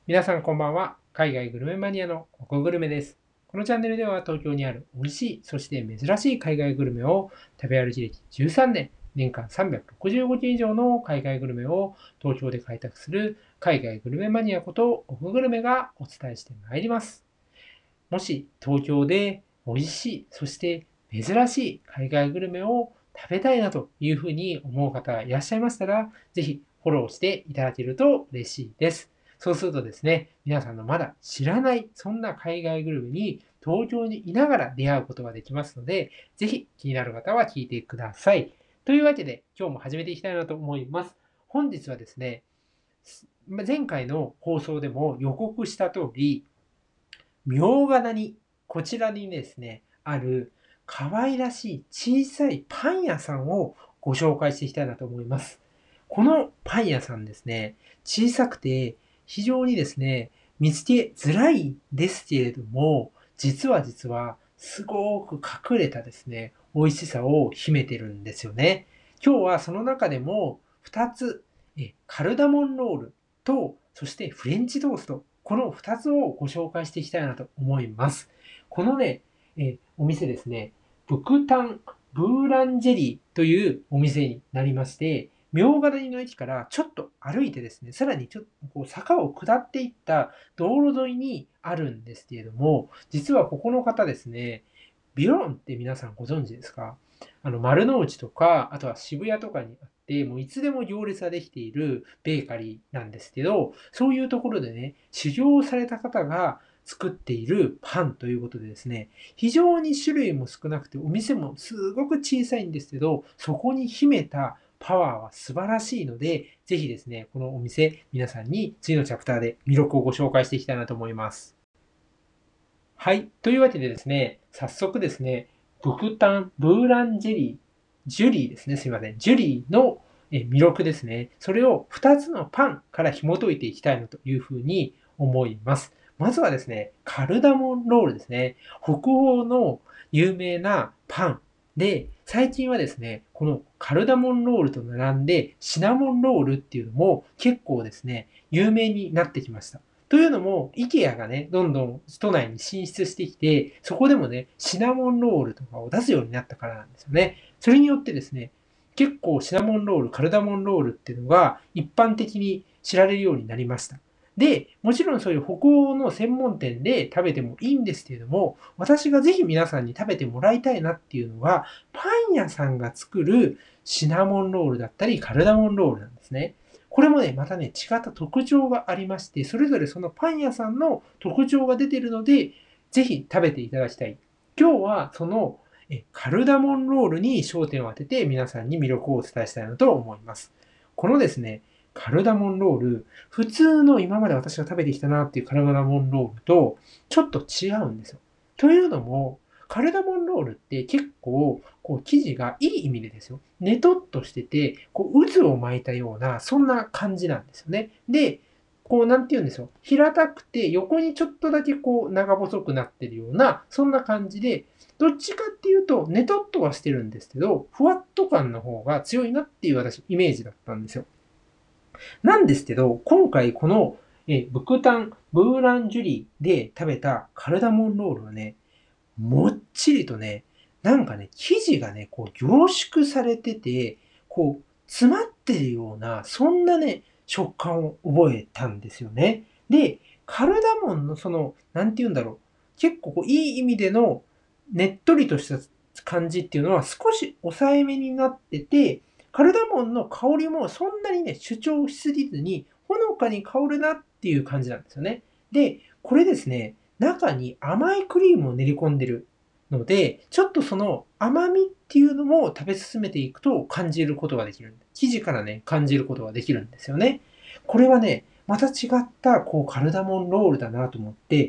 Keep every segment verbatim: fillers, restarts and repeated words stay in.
皆さんこんばんは。海外グルメマニアのココグルメです。このチャンネルでは東京にある美味しい、そして珍しい海外グルメを食べ歩き歴じゅうさんねん、年間さんびゃくろくじゅうごけん以上の海外グルメを東京で開拓する海外グルメマニアことココグルメがお伝えしてまいります。もし東京で美味しい、そして珍しい海外グルメを食べたいなというふうに思う方がいらっしゃいましたら、ぜひフォローしていただけると嬉しいです。そうするとですね、皆さんのまだ知らない、そんな海外グルメに東京にいながら出会うことができますので、ぜひ気になる方は聞いてください。というわけで、今日も始めていきたいなと思います。本日はですね、前回の放送でも予告した通り、茗荷谷、こちらにですね、ある可愛らしい小さいパン屋さんをご紹介していきたいなと思います。このパン屋さんですね、小さくて非常にですね、見つけづらいですけれども、実は実はすごく隠れたですね、美味しさを秘めてるんですよね。今日はその中でもふたつ、えカルダモンロールと、そしてフレンチトースト、このふたつをご紹介していきたいなと思います。このね、えお店ですね、ブクタンブーランジェリーというお店になりまして、茗荷谷の駅からちょっと歩いてですね、さらにちょっとこう坂を下っていった道路沿いにあるんですけれども、実はここの方ですね、ビロンって皆さんご存知ですか？あの丸の内とか、あとは渋谷とかにあって、もういつでも行列ができているベーカリーなんですけど、そういうところでね、修行された方が作っているパンということでですね、非常に種類も少なくて、お店もすごく小さいんですけど、そこに秘めたパワーは素晴らしいので、ぜひですね、このお店、皆さんに次のチャプターで魅力をご紹介していきたいなと思います。はい。というわけでですね、早速ですね、ブクタン、ブーランジェリー、ジュリーですね。すいません。ジュリーの魅力ですね。それをふたつのパンから紐解いていきたいなというふうに思います。まずはですね、カルダモンロールですね。北欧の有名なパンで、最近はですね、このカルダモンロールと並んでシナモンロールっていうのも結構ですね、有名になってきました。というのも、IKEA がね、どんどん都内に進出してきて、そこでもね、シナモンロールとかを出すようになったからなんですよね。それによってですね、結構シナモンロール、カルダモンロールっていうのが一般的に知られるようになりました。で、もちろんそういう北欧の専門店で食べてもいいんですけれども、私がぜひ皆さんに食べてもらいたいなっていうのは、パン屋さんが作るシナモンロールだったり、カルダモンロールなんですね。これもね、またね、違った特徴がありまして、それぞれそのパン屋さんの特徴が出ているので、ぜひ食べていただきたい。今日はそのカルダモンロールに焦点を当てて皆さんに魅力をお伝えしたいなと思います。このですね、カルダモンロール、普通の今まで私が食べてきたなっていうカルダモンロールとちょっと違うんですよ。というのも、カルダモンロールって結構、こう、生地がいい意味でですよ。ねとっとしてて、こう、渦を巻いたような、そんな感じなんですよね。で、こう、なんて言うんですよ。平たくて、横にちょっとだけこう、長細くなってるような、そんな感じで、どっちかっていうと、ねとっとはしてるんですけど、ふわっと感の方が強いなっていう私、イメージだったんですよ。なんですけど、今回この、えブクタン、ブーランジュリーで食べたカルダモンロールはね、もっちりとね、なんかね、生地がね、こう凝縮されてて、こう詰まってるような、そんなね、食感を覚えたんですよね。で、カルダモンのその、なんて言うんだろう。結構こういい意味でのねっとりとした感じっていうのは少し抑えめになってて、カルダモンの香りもそんなにね、主張しすぎずに、ほのかに香るなっていう感じなんですよね。で、これですね、中に甘いクリームを練り込んでるので、ちょっとその甘みっていうのも食べ進めていくと感じることができる。生地からね、感じることができるんですよね。これはね、また違ったこうカルダモンロールだなと思って、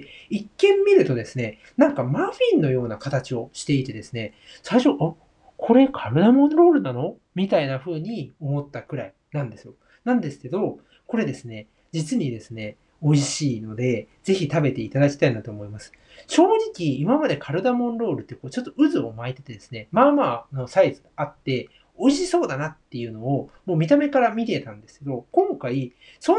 一見見るとですね、なんかマフィンのような形をしていてですね、最初、あ、これカルダモンロールなのみたいな風に思ったくらいなんですよ。なんですけど、これですね、実にですね、美味しいので、ぜひ食べていただきたいなと思います。正直、今までカルダモンロールってこうちょっと渦を巻いててですね、まあまあのサイズがあって、美味しそうだなっていうのを、もう見た目から見てたんですけど、今回、そんなにね、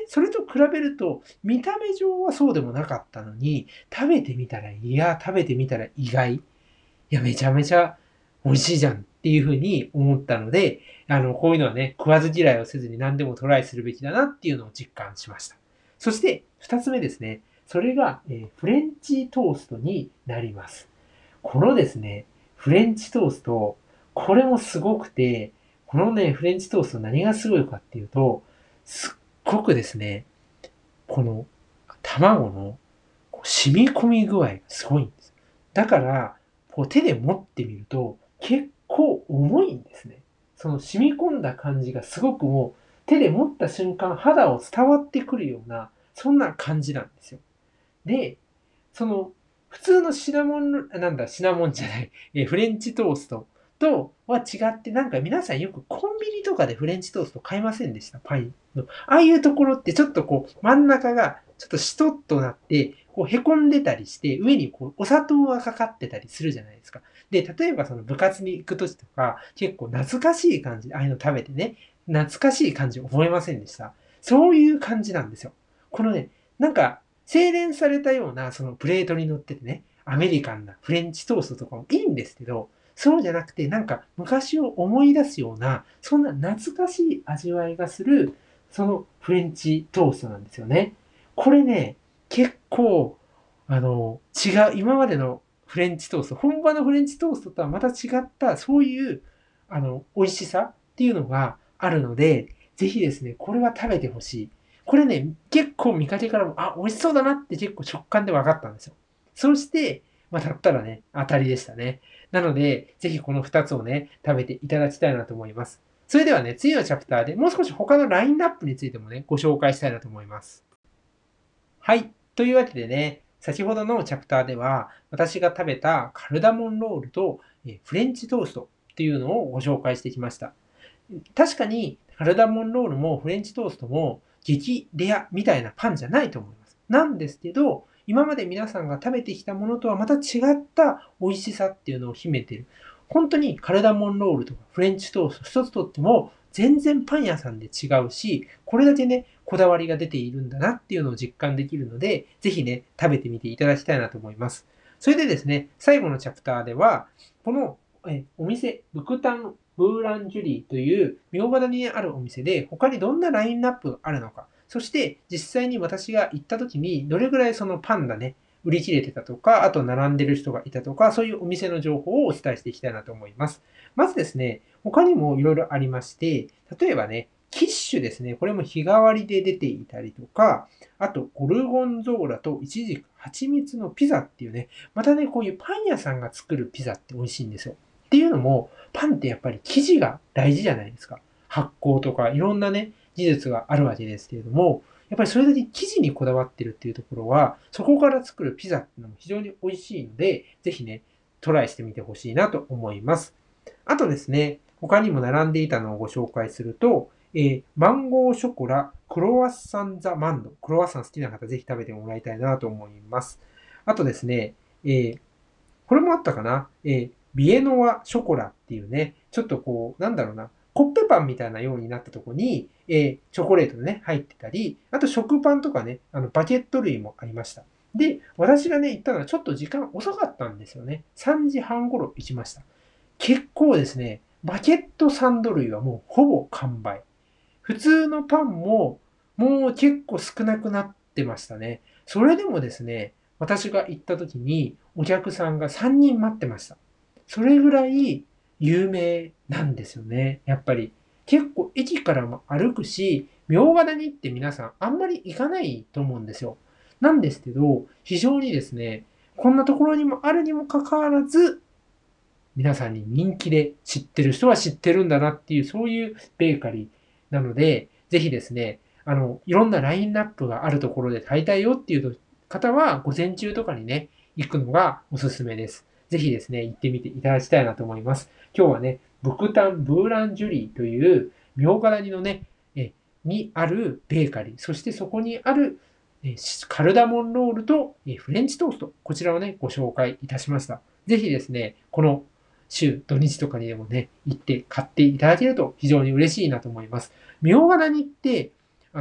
それと比べると、見た目上はそうでもなかったのに、食べてみたら、いや、食べてみたら意外。いや、めちゃめちゃ美味しいじゃんっていうふうに思ったので、あの、こういうのはね、食わず嫌いをせずに何でもトライするべきだなっていうのを実感しました。そして、二つ目ですね。それが、えーフレンチトーストになります。このですね、フレンチトースト、これもすごくて、このね、フレンチトースト何がすごいかっていうと、すっごくですね、この卵のこう染み込み具合がすごいんです。だから、こう手で持ってみると結構重いんですね。その染み込んだ感じがすごくもう手で持った瞬間肌を伝わってくるような、そんな感じなんですよ。で、その普通のシナモン、なんだ、シナモンじゃない、えフレンチトーストとは違って、なんか皆さんよくコンビニとかでフレンチトースト買いませんでした？パンの。ああいうところってちょっとこう真ん中がちょっとシトッとなって、こう凹んでたりして、上にこうお砂糖がかかってたりするじゃないですか。で、例えばその部活に行くときとか、結構懐かしい感じで、ああいうの食べてね、懐かしい感じ覚えませんでした？そういう感じなんですよ。このね、なんか、精錬されたようなそのプレートに乗っててね、アメリカンなフレンチトーストとかもいいんですけど、そうじゃなくて、なんか昔を思い出すような、そんな懐かしい味わいがする、そのフレンチトーストなんですよね。これね、結構、あの、違う、今までのフレンチトースト、本場のフレンチトーストとはまた違った、そういう、あの、美味しさっていうのがあるので、ぜひですね、これは食べてほしい。これね、結構見かけからも、あ、美味しそうだなって結構直感で分かったんですよ。そして、まあ、だったらね、当たりでしたね。なので、ぜひこのふたつをね、食べていただきたいなと思います。それではね、次のチャプターでもう少し他のラインナップについてもね、ご紹介したいなと思います。はい。というわけでね、先ほどのチャプターでは、私が食べたカルダモンロールとえフレンチトーストっていうのをご紹介してきました。確かに、カルダモンロールもフレンチトーストも激レアみたいなパンじゃないと思います。なんですけど、今まで皆さんが食べてきたものとはまた違った美味しさっていうのを秘めている。本当にカルダモンロールとかフレンチトースト一つとっても全然パン屋さんで違うし、これだけね、こだわりが出ているんだなっていうのを実感できるので、ぜひね、食べてみていただきたいなと思います。それでですね、最後のチャプターでは、このえお店、ブクタンブーランジュリーという明賀谷にあるお店で他にどんなラインナップがあるのか、そして実際に私が行った時にどれぐらいそのパンダね、売り切れてたとか、あと並んでる人がいたとか、そういうお店の情報をお伝えしていきたいなと思います。まずですね、他にもいろいろありまして、例えばね、キッシュですね。これも日替わりで出ていたりとか、あと、ゴルゴンゾーラとイチジク、蜂蜜のピザっていうね、またね、こういうパン屋さんが作るピザって美味しいんですよ。っていうのも、パンってやっぱり生地が大事じゃないですか。発酵とかいろんなね、技術があるわけですけれども、やっぱりそれだけ生地にこだわってるっていうところは、そこから作るピザっていうのも非常に美味しいので、ぜひね、トライしてみてほしいなと思います。あとですね、他にも並んでいたのをご紹介すると、えーマンゴーショコラ、クロワッサンザマンド。クロワッサン好きな方ぜひ食べてもらいたいなと思います。あとですね、えーこれもあったかな、えービエノワショコラっていうね、ちょっとこう、なんだろうな、コッペパンみたいなようになったところに、えーチョコレートでね、入ってたり、あと食パンとかね、あのバケット類もありました。で、私がね、行ったのはちょっと時間遅かったんですよね。さんじはん頃行きました。結構ですね、バケットサンド類はもうほぼ完売。普通のパンももう結構少なくなってましたね。それでもですね、私が行った時にお客さんがさんにん待ってました。それぐらい有名なんですよね。やっぱり。結構駅からも歩くし、明賀谷って皆さんあんまり行かないと思うんですよ。なんですけど、非常にですね、こんなところにもあるにもかかわらず、皆さんに人気で知ってる人は知ってるんだなっていう、そういうベーカリーなので、ぜひですね、あの、いろんなラインナップがあるところで買いたいよっていう方は、午前中とかにね、行くのがおすすめです。ぜひですね、行ってみていただきたいなと思います。今日はね、ブクタン・ブーランジュリーという明賀谷のね、えにあるベーカリー、そしてそこにあるえカルダモンロールとえフレンチトースト、こちらをね、ご紹介いたしました。ぜひですね、この週、土日とかにでもね、行って買っていただけると非常に嬉しいなと思います。明賀谷って、あの、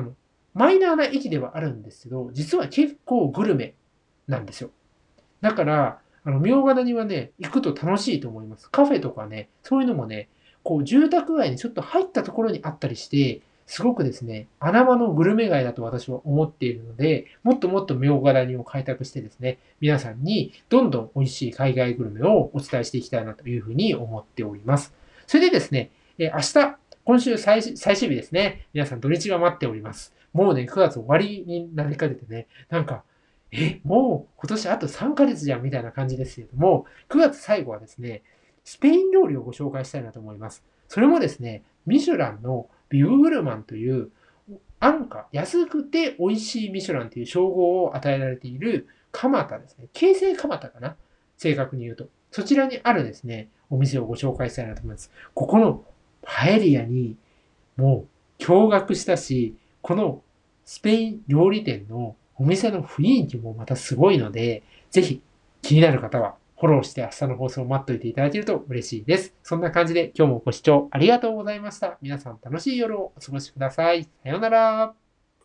マイナーな駅ではあるんですけど、実は結構グルメなんですよ。だから、あの、茗荷谷はね、行くと楽しいと思います。カフェとかね、そういうのもね、こう、住宅街にちょっと入ったところにあったりして、すごくですね、穴場のグルメ街だと私は思っているので、もっともっと茗荷谷を開拓してですね、皆さんにどんどん美味しい海外グルメをお伝えしていきたいなというふうに思っております。それでですね、え明日、今週最最終日ですね、皆さん土日が待っております。もうね、くがつ終わりになりかけてね、なんか、え、もう今年あとさんかげつじゃんみたいな感じですけれども、くがつ最後はですね、スペイン料理をご紹介したいなと思います。それもですね、ミシュランのビブグルマンという安価、安くて美味しいミシュランという称号を与えられている蒲田ですね。京成蒲田かな、正確に言うと。そちらにあるですね、お店をご紹介したいなと思います。ここのパエリアにもう驚愕したし、このスペイン料理店のお店の雰囲気もまたすごいので、ぜひ気になる方はフォローして明日の放送を待っておいていただけると嬉しいです。そんな感じで今日もご視聴ありがとうございました。皆さん楽しい夜をお過ごしください。さようなら。